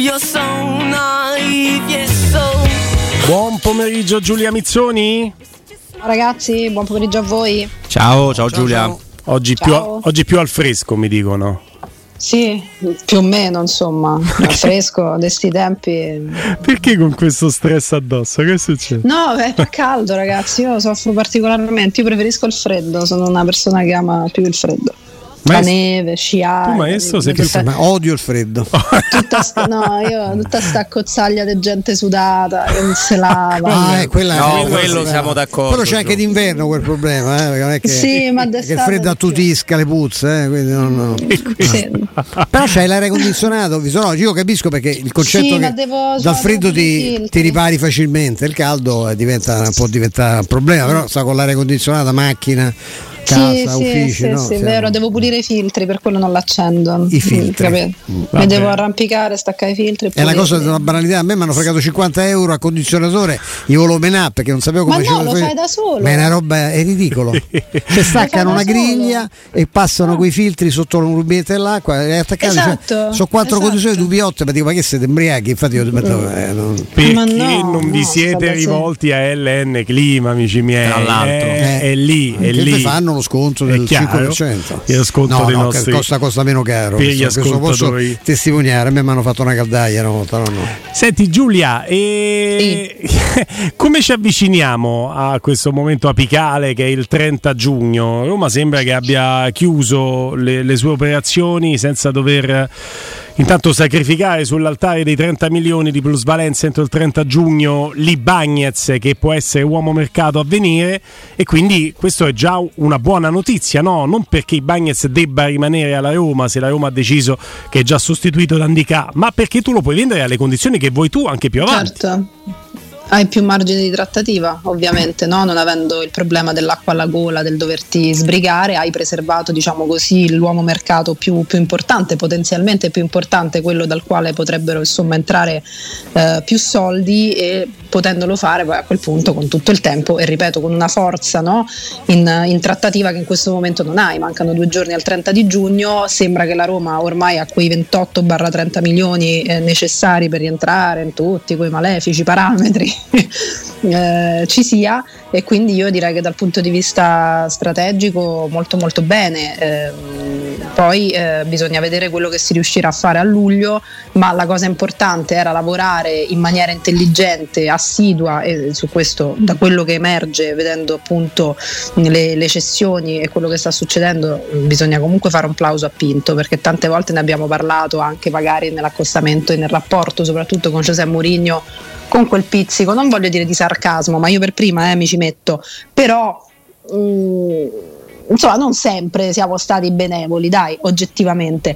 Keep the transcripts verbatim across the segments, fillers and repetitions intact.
You're so naive, yes, so. Buon pomeriggio Giulia Mizzoni. Ragazzi, buon pomeriggio a voi. Ciao, ciao, ciao Giulia. Ciao. Oggi, ciao. Più, oggi più al fresco, mi dicono. Sì, più o meno, insomma, al fresco di sti tempi. Perché con questo stress addosso? Che succede? No, beh, fa caldo, ragazzi. Io soffro particolarmente. Io preferisco il freddo. Sono una persona che ama più il freddo. La neve, sciare. Tu maestro sei più tutta, ma odio il freddo. Tutta sta, no, io tutta sta cozzaglia di gente sudata che non se lava. Ah, eh, quella, no, quello, quello siamo d'accordo. Però c'è anche d'inverno quel problema, eh, perché non è che, sì, ma che il freddo attutisca le puzze, eh, quindi no, no. Sì. Però c'hai l'aria condizionato, no, io capisco perché il concetto sì, che dal freddo ti, ti ripari facilmente, il caldo diventa, può diventare un problema, però sta con l'aria condizionata, macchina, casa, sì, uffici, sì, no? sì, Siamo... vero, devo pulire i filtri, per quello non l'accendo. I filtri. Mm, mi devo arrampicare, staccare i filtri. È una cosa della banalità. A me mi hanno fregato cinquanta euro a condizionatore, io volevo menare perché non sapevo come ma no, lo fai da solo. Ma è una roba, è ridicolo. Cioè staccano una griglia e passano no. quei filtri sotto un rubinetto dell'acqua e attaccati. Esatto, cioè, sono quattro esatto. condizionati, due piotte, ma dico ma che siete embriachi? Infatti io metto, eh, non... perché ma no, non vi no, siete rivolti a L N Clima, amici miei? Tra l'altro, è, è lì, è che lì. fanno lo sconto del cinque per cento. Io sconto no, dei no, nostri costa, costa meno caro. Per gli questo, questo posso testimoniare. A me mi hanno fatto una caldaia una volta. No, no. Senti Giulia, e... sì. come ci avviciniamo a questo momento apicale che è il trenta giugno? Roma sembra che abbia chiuso le, le sue operazioni senza dover intanto sacrificare sull'altare dei trenta milioni di plusvalenza entro il trenta giugno Lee Bagnez, che può essere uomo mercato a venire, e quindi questo è già una buona notizia, no? Non perché i Bagnez debba rimanere alla Roma se la Roma ha deciso che è già sostituito da Ndicà, ma perché tu lo puoi vendere alle condizioni che vuoi tu anche più avanti. Certo. Hai più margine di trattativa, ovviamente, no? Non avendo il problema dell'acqua alla gola, del doverti sbrigare, hai preservato, diciamo così, l'uomo mercato più, più importante, potenzialmente più importante, quello dal quale potrebbero insomma entrare eh, più soldi, e potendolo fare poi a quel punto con tutto il tempo e ripeto con una forza, no? in, in trattativa che in questo momento non hai. Mancano due giorni al trenta di giugno, sembra che la Roma ormai ha quei ventotto trenta milioni eh, necessari per rientrare in tutti quei malefici parametri eh, ci sia, e quindi io direi che dal punto di vista strategico molto molto bene. Eh, poi eh, bisogna vedere quello che si riuscirà a fare a luglio, ma la cosa importante era lavorare in maniera intelligente, assidua, e su questo, da quello che emerge vedendo appunto le, le cessioni e quello che sta succedendo, bisogna comunque fare un plauso a Pinto, perché tante volte ne abbiamo parlato anche magari nell'accostamento e nel rapporto soprattutto con José Mourinho, con quel pizzico, non voglio dire di sarcasmo, ma io per prima eh, mi ci metto, però mh, insomma non sempre siamo stati benevoli, dai, oggettivamente.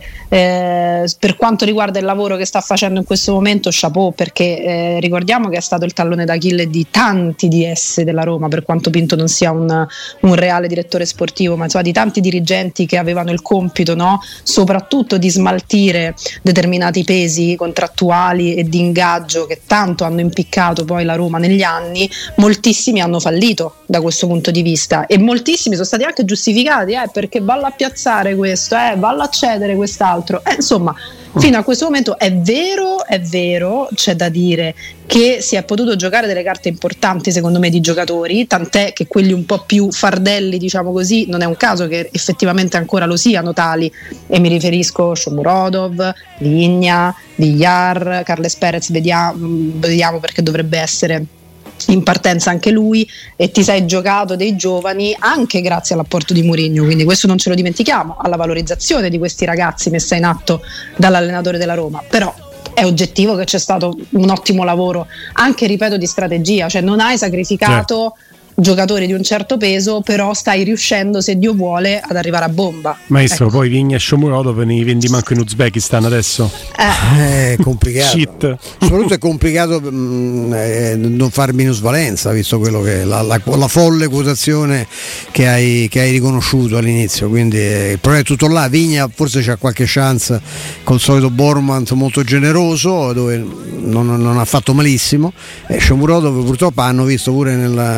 Eh, per quanto riguarda il lavoro che sta facendo in questo momento, chapeau, perché eh, ricordiamo che è stato il tallone d'Achille di tanti D S della Roma, per quanto Pinto non sia un, un reale direttore sportivo, ma insomma di tanti dirigenti che avevano il compito, no? Soprattutto di smaltire determinati pesi contrattuali e di ingaggio che tanto hanno impiccato poi la Roma negli anni. Moltissimi hanno fallito da questo punto di vista e moltissimi sono stati anche giustificati, eh, perché valla a piazzare questo, eh, valla a cedere quest'altro, eh, insomma fino a questo momento è vero, è vero, c'è da dire che si è potuto giocare delle carte importanti secondo me di giocatori, tant'è che quelli un po' più fardelli, diciamo così, non è un caso che effettivamente ancora lo siano tali, e mi riferisco a Shomurodov, Vigna, Villar, Carles Perez, vediamo, vediamo perché dovrebbe essere in partenza anche lui, e ti sei giocato dei giovani anche grazie all'apporto di Mourinho, quindi questo non ce lo dimentichiamo, alla valorizzazione di questi ragazzi messa in atto dall'allenatore della Roma. Però è oggettivo che c'è stato un ottimo lavoro anche, ripeto, di strategia, cioè non hai sacrificato certo. giocatori di un certo peso, però stai riuscendo, se Dio vuole, ad arrivare a bomba. Maestro, ecco. Poi Vigna e Shomurodov ne li vendi manco in Uzbekistan adesso. Eh. È complicato. Shit. Soprattutto è complicato mh, eh, non far minusvalenza, visto quello che la, la, la folle quotazione che hai, che hai riconosciuto all'inizio. Quindi eh, il problema è tutto là. Vigna forse c'ha qualche chance col solito Bournemouth molto generoso, dove non, non ha fatto malissimo. E Shomurodov purtroppo hanno visto pure nel no,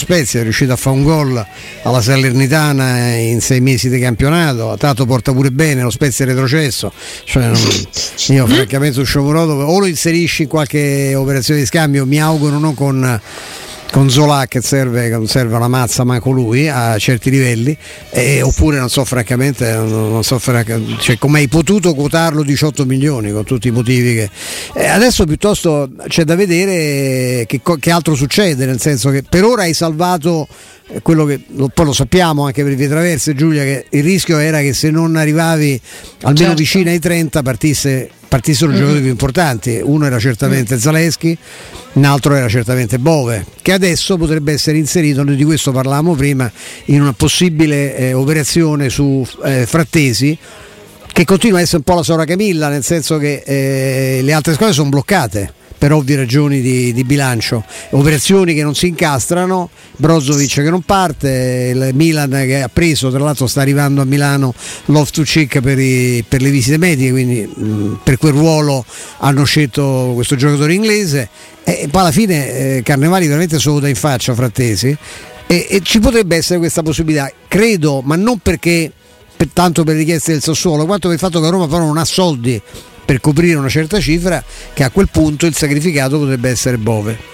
Spezia, è riuscito a fare un gol alla Salernitana in sei mesi di campionato, Tato porta pure bene, lo Spezia è retrocesso, cioè, non, io francamente su Sciomorodo o lo inserisci in qualche operazione di scambio, mi auguro non con con Zola che serve, che non serve una mazza manco lui a certi livelli, eh, oppure non so francamente non, non so francamente, cioè, come hai potuto quotarlo diciotto milioni con tutti i motivi che eh, adesso piuttosto c'è da vedere che, che altro succede, nel senso che per ora hai salvato quello che lo, poi lo sappiamo anche per le vie traverse, Giulia, che il rischio era che se non arrivavi almeno certo. vicino ai trenta partisse partissero mm-hmm. giocatori più importanti. Uno era certamente mm. Zaleschi, un altro era certamente Bove, che adesso potrebbe essere inserito, noi di questo parlavamo prima, in una possibile eh, operazione su eh, Frattesi, che continua a essere un po' la Sora Camilla, nel senso che eh, le altre squadre sono bloccate per ovvie ragioni di, di bilancio, operazioni che non si incastrano, Brozovic che non parte, il Milan che ha preso, tra l'altro sta arrivando a Milano Loftus-Cheek per, i, per le visite mediche, quindi mh, per quel ruolo hanno scelto questo giocatore inglese, e, e poi alla fine eh, Carnevali veramente solo in faccia Frattesi, e, e ci potrebbe essere questa possibilità, credo, ma non perché per, tanto per richieste del Sassuolo, quanto per il fatto che Roma però non ha soldi per coprire una certa cifra, che a quel punto il sacrificato potrebbe essere Bove.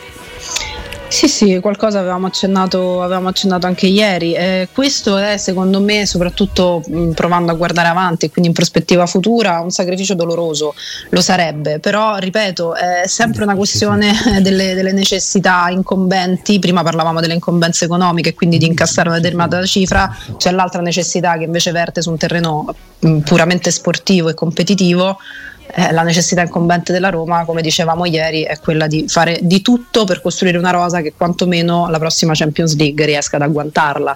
Sì, sì, qualcosa avevamo accennato, avevamo accennato anche ieri. Eh, questo è secondo me, soprattutto mh, provando a guardare avanti e quindi in prospettiva futura, un sacrificio doloroso, lo sarebbe, però ripeto, è sempre una questione delle, delle necessità incombenti. Prima parlavamo delle incombenze economiche, quindi di incassare una determinata cifra, c'è l'altra necessità che invece verte su un terreno mh, puramente sportivo e competitivo. Eh, la necessità incombente della Roma, come dicevamo ieri, è quella di fare di tutto per costruire una rosa che quantomeno la prossima Champions League riesca ad agguantarla,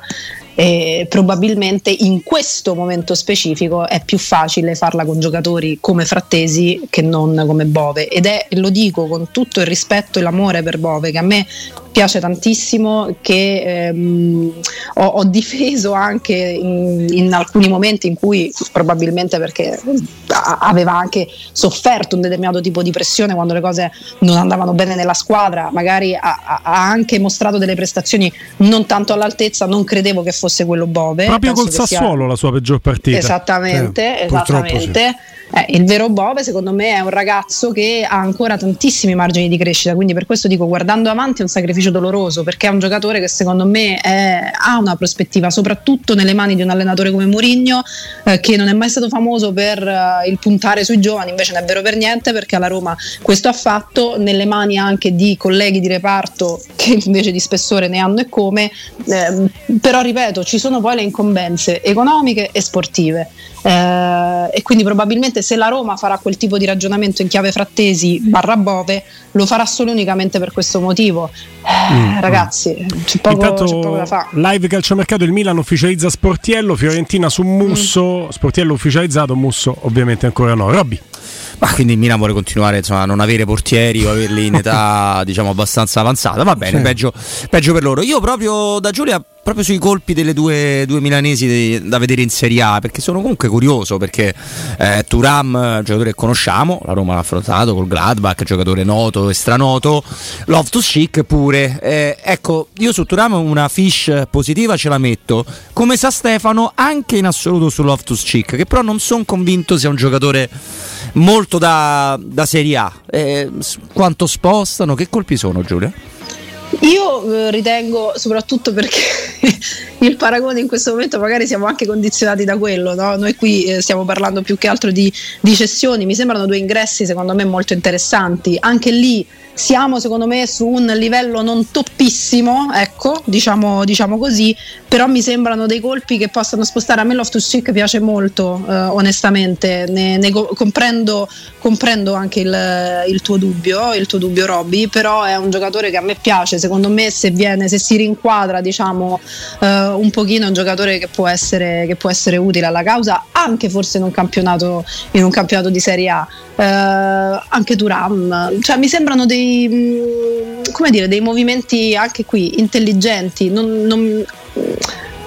e probabilmente in questo momento specifico è più facile farla con giocatori come Frattesi che non come Bove, ed è, lo dico con tutto il rispetto e l'amore per Bove, che a me piace tantissimo, che ehm, ho, ho difeso anche in, in alcuni momenti in cui, probabilmente perché aveva anche sofferto un determinato tipo di pressione quando le cose non andavano bene nella squadra, magari ha, ha anche mostrato delle prestazioni non tanto all'altezza, non credevo che fosse quello Bove. Proprio col Sassuolo sia... la sua peggior partita. Esattamente, eh, esattamente. Sì. Eh, il vero Bove secondo me è un ragazzo che ha ancora tantissimi margini di crescita, quindi per questo dico, guardando avanti è un sacrificio doloroso, perché è un giocatore che secondo me è, ha una prospettiva, soprattutto nelle mani di un allenatore come Mourinho, eh, che non è mai stato famoso per eh, il puntare sui giovani, invece non è vero per niente, perché alla Roma questo ha fatto, nelle mani anche di colleghi di reparto che invece di spessore ne hanno e come, eh, però ripeto, ci sono poi le incombenze economiche e sportive, eh, e quindi probabilmente se la Roma farà quel tipo di ragionamento in chiave Frattesi barra Bove, lo farà solo unicamente per questo motivo. Eh, mm. Ragazzi, c'è poco, Intanto, c'è poco da fare. Live calciomercato, il Milan ufficializza Sportiello, Fiorentina su Musso, mm. Sportiello ufficializzato, Musso ovviamente ancora no. Robby. Ma quindi il Milan vuole continuare, insomma, a non avere portieri o averli in età diciamo abbastanza avanzata, va bene, sì. peggio, peggio per loro. Io proprio da Giulia, proprio sui colpi delle due, due milanesi de, da vedere in Serie A, perché sono comunque curioso, perché eh, Thuram, giocatore che conosciamo, la Roma l'ha affrontato col Gladbach, giocatore noto e stranoto, Loftus-Cheek pure, eh, ecco, io su Thuram una fiche positiva ce la metto, come sa Stefano anche in assoluto su Loftus-Cheek, che però non sono convinto sia un giocatore molto da, da Serie A. Eh, quanto spostano, che colpi sono, Giulia? Io eh, ritengo, soprattutto perché il paragone in questo momento magari siamo anche condizionati da quello, no? Noi qui eh, stiamo parlando più che altro di, di cessioni, mi sembrano due ingressi secondo me molto interessanti, anche lì siamo secondo me su un livello non toppissimo, ecco, diciamo, diciamo così, però mi sembrano dei colpi che possano spostare. A me Loftus-Cheek piace molto, eh, onestamente, ne, ne co- comprendo, comprendo anche il, il tuo dubbio, il tuo dubbio Robby, però è un giocatore che a me piace, secondo me se viene, se si rinquadra diciamo eh, un pochino, è un giocatore che può essere, che può essere utile alla causa, anche forse in un campionato, in un campionato di Serie A. Eh, anche Thuram, cioè mi sembrano dei, come dire, dei movimenti anche qui intelligenti, non, non,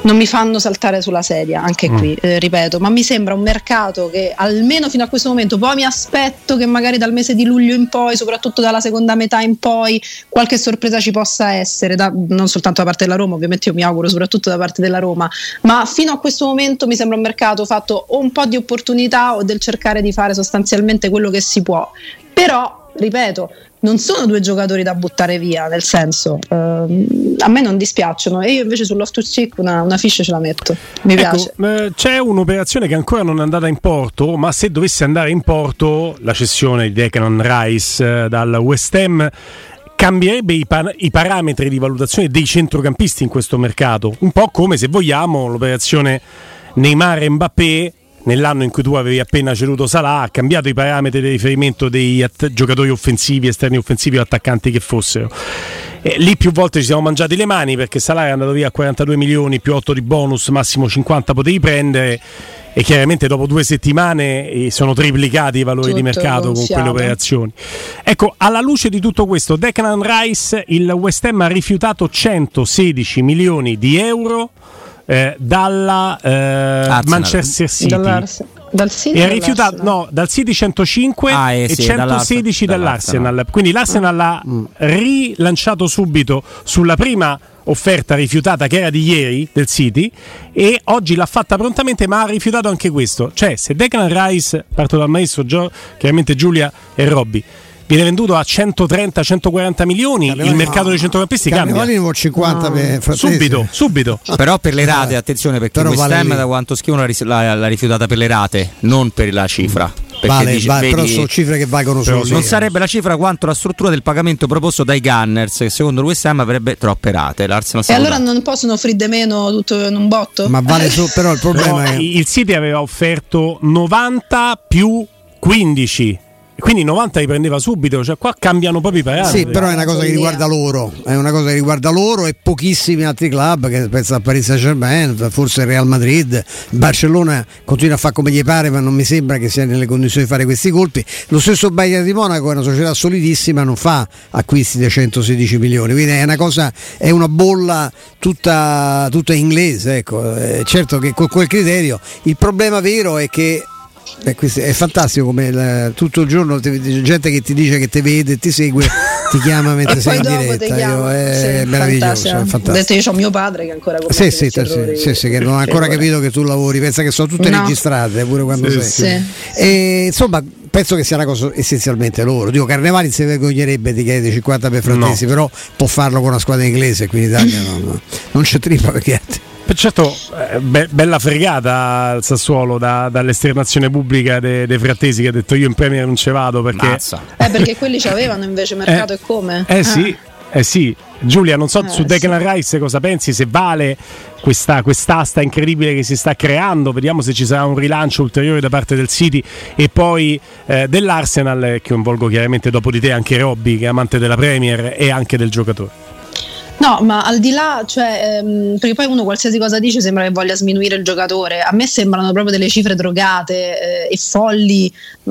non mi fanno saltare sulla sedia, anche qui, mm. eh, ripeto, ma mi sembra un mercato che almeno fino a questo momento, poi mi aspetto che magari dal mese di luglio in poi, soprattutto dalla seconda metà in poi, qualche sorpresa ci possa essere, da, non soltanto da parte della Roma, ovviamente io mi auguro soprattutto da parte della Roma, ma fino a questo momento mi sembra un mercato fatto o un po' di opportunità o del cercare di fare sostanzialmente quello che si può, però, ripeto, non sono due giocatori da buttare via, nel senso, ehm, a me non dispiacciono, e io invece sul Loftus-Cheek una, una fiche ce la metto, mi ecco, piace. Eh, c'è un'operazione che ancora non è andata in porto, ma se dovesse andare in porto, la cessione di Declan Rice eh, dal West Ham cambierebbe i, pa- i parametri di valutazione dei centrocampisti in questo mercato, un po' come, se vogliamo, l'operazione Neymar e Mbappé nell'anno in cui tu avevi appena ceduto Salah, ha cambiato i parametri di riferimento dei att- giocatori offensivi, esterni offensivi o attaccanti che fossero. E lì più volte ci siamo mangiati le mani, perché Salah è andato via a quarantadue milioni più otto di bonus, massimo cinquanta potevi prendere, e chiaramente dopo due settimane sono triplicati i valori tutto di mercato con quelle operazioni. Ecco, alla luce di tutto questo, Declan Rice, il West Ham ha rifiutato centosedici milioni di euro Eh, dalla eh, Manchester City, dal City e ha rifiutato no, dal City centocinque ah, eh, e sì, centosedici dall'Arsenal, dall'Arsenal. Quindi l'Arsenal ha mm. rilanciato subito sulla prima offerta rifiutata, che era di ieri, del City, e oggi l'ha fatta prontamente, ma ha rifiutato anche questo. Cioè, se Declan Rice, parto dal maestro Gio, chiaramente Giulia e Robby, viene venduto a centotrenta centoquaranta milioni, Carnevali, il mercato no, dei centrocampisti cambia. cinquanta no. per subito, subito. Però per le rate, attenzione, perché West Ham vale da quanto scrivono l'ha, l'ha rifiutata per le rate, non per la cifra. Vale, dice, vale, vedi, però sono cifre che valgono solo. Non sarebbe la cifra quanto la struttura del pagamento proposto dai Gunners, che secondo il West Ham avrebbe troppe rate. L'Arsenal e allora non possono offrire di meno tutto in un botto? Ma vale su, però il problema però è il City aveva offerto novanta più quindici. Quindi novanta li prendeva subito, cioè qua cambiano proprio i parametri. Sì, però è una cosa che riguarda loro, è una cosa che riguarda loro e pochissimi altri club, che pensa a Paris Saint-Germain, forse il Real Madrid, Barcellona continua a fare come gli pare, ma non mi sembra che sia nelle condizioni di fare questi colpi. Lo stesso Bayern di Monaco è una società solidissima, non fa acquisti da centosedici milioni, quindi è una cosa, è una bolla tutta, tutta inglese, ecco. Eh, certo che con quel criterio il problema vero è che Eh, è fantastico come la, tutto il giorno ti, gente che ti dice che ti vede, ti segue, ti chiama mentre sei in diretta. Io, è sì, meraviglioso. È fantastico. Detto, io ho mio padre che ancora sì, sì, sì, sì, sì, che non ha ancora capito che tu lavori, pensa che sono tutte no. registrate pure quando sì, sei. Sì. E, insomma, penso che sia una cosa essenzialmente loro. Dico, Carnevali si vergognerebbe di chiedere cinquanta per Frattesi, no. però può farlo con una squadra inglese, qui in Italia no, no. non c'è trippa perché. Certo, eh, be- bella fregata al Sassuolo da, dall'esternazione pubblica dei de Frattesi, che ha detto io in Premier non ce vado perché eh, perché quelli ci avevano invece mercato eh, e come eh, eh sì eh sì Giulia, non so eh, su Declan sì. Rice cosa pensi, se vale questa quest'asta incredibile che si sta creando, vediamo se ci sarà un rilancio ulteriore da parte del City e poi eh, dell'Arsenal, che coinvolgo chiaramente dopo di te anche Robby, che è amante della Premier e anche del giocatore. No, ma al di là, cioè, ehm, perché poi uno qualsiasi cosa dice sembra che voglia sminuire il giocatore. A me sembrano proprio delle cifre drogate eh, e folli mh,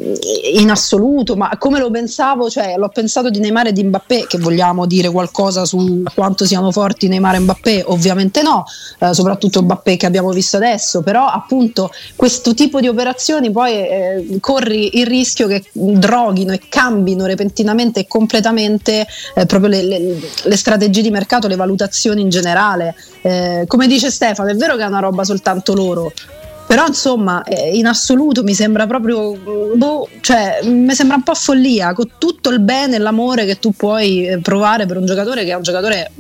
in assoluto, ma come lo pensavo, cioè l'ho pensato di Neymar e di Mbappé, che vogliamo dire qualcosa su quanto siano forti Neymar e Mbappé? Ovviamente no, eh, soprattutto Mbappé che abbiamo visto adesso, però appunto questo tipo di operazioni poi eh, corri il rischio che droghino e cambino repentinamente e completamente eh, proprio le, le, le strategie di mercato, le valutazioni in generale. Eh, come dice Stefano, è vero che è una roba soltanto loro, però insomma eh, in assoluto mi sembra proprio boh, cioè mi sembra un po' follia, con tutto il bene e l'amore che tu puoi provare per un giocatore che è un giocatore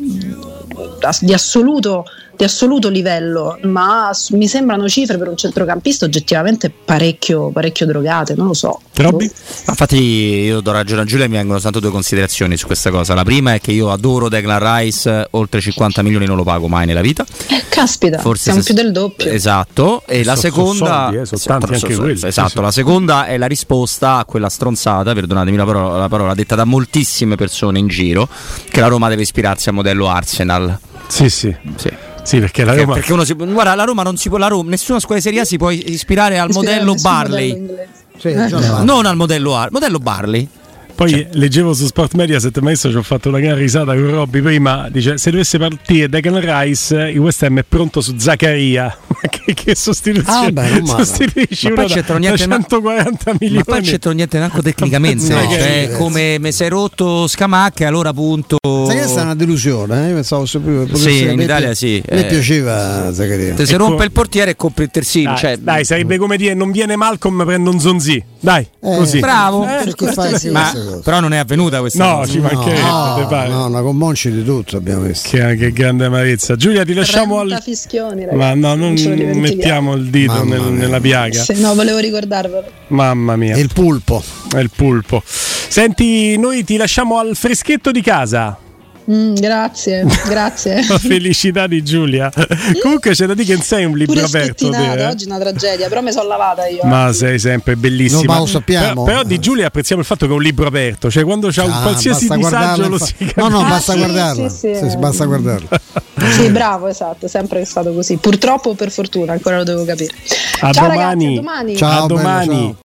di assoluto di assoluto livello, ma mi sembrano cifre per un centrocampista oggettivamente parecchio parecchio drogate, non lo so. Robby? Infatti io do ragione a Giulia, mi vengono soltanto due considerazioni su questa cosa. La prima è che io adoro Declan Rice, oltre cinquanta milioni non lo pago mai nella vita. Eh, caspita, forse siamo se... più del doppio. Esatto, e so, la seconda soldi, eh, sono tanti anche quelli. Esatto, sì, sì. La seconda è la risposta a quella stronzata, perdonatemi la parola, la parola detta da moltissime persone in giro, che la Roma deve ispirarsi al modello Arsenal. Sì, sì. Sì. Sì, perché la Roma... perché uno si, guarda, la Roma non si può, la Roma, nessuna squadra di Serie A si può ispirare al ispirare modello Barley. Modello sì, eh, no. Non al modello Ar, modello Barley. Poi cioè. leggevo su Sport Mediaset, ma adesso ci ho fatto una gran risata con Robby prima, dice se dovesse partire Declan Rice il West Ham è pronto su Zaccaria. Ma che, che sostituzione, ah, beh, sostituisci ma uno poi da, da centoquaranta milioni, ma poi c'entrano niente neanche tecnicamente, no, cioè sì, come mi sei rotto Scamacca, allora appunto sai che è una delusione, eh? Io pensavo più, sì, in Italia pi- sì mi eh. piaceva Zaccaria. Se si ecco, rompe il portiere e compri il terzino, dai, cioè, dai sarebbe come dire non viene Malcolm, prendo un Zonzi, dai, eh, così bravo, eh, perché fai sì, ma però non è avvenuta questa no, cosa. ci mancherebbe, no, te pare? no, no, con Monci di tutto abbiamo visto. Che, che grande amarezza. Giulia, ti lasciamo al fischioni, ragazzi, ma no, non, non mettiamo il dito nel, nella piaga. Sì, no, volevo ricordarvelo. Mamma mia. E il pulpo. È il pulpo. Senti, noi ti lasciamo al freschetto di casa. Mm, grazie, grazie. La felicità di Giulia. Comunque c'è da dire che non sei un libro Pure aperto. Te, eh? Oggi è una tragedia, però mi sono lavata io. Ma eh. sei sempre bellissima. No, ma lo sappiamo. Però, però di Giulia apprezziamo il fatto che è un libro aperto. Cioè quando c'ha un Ah, qualsiasi basta disagio guardarla, lo fa- si No, no, Ah, basta sì, guardarla. sì, sì, Sì, sì, eh. basta guardarla. Sì, bravo, esatto, è sempre stato così. Purtroppo o per fortuna, ancora lo devo capire. A Ciao domani. ragazzi, a domani. Ciao, A bello, domani. ciao.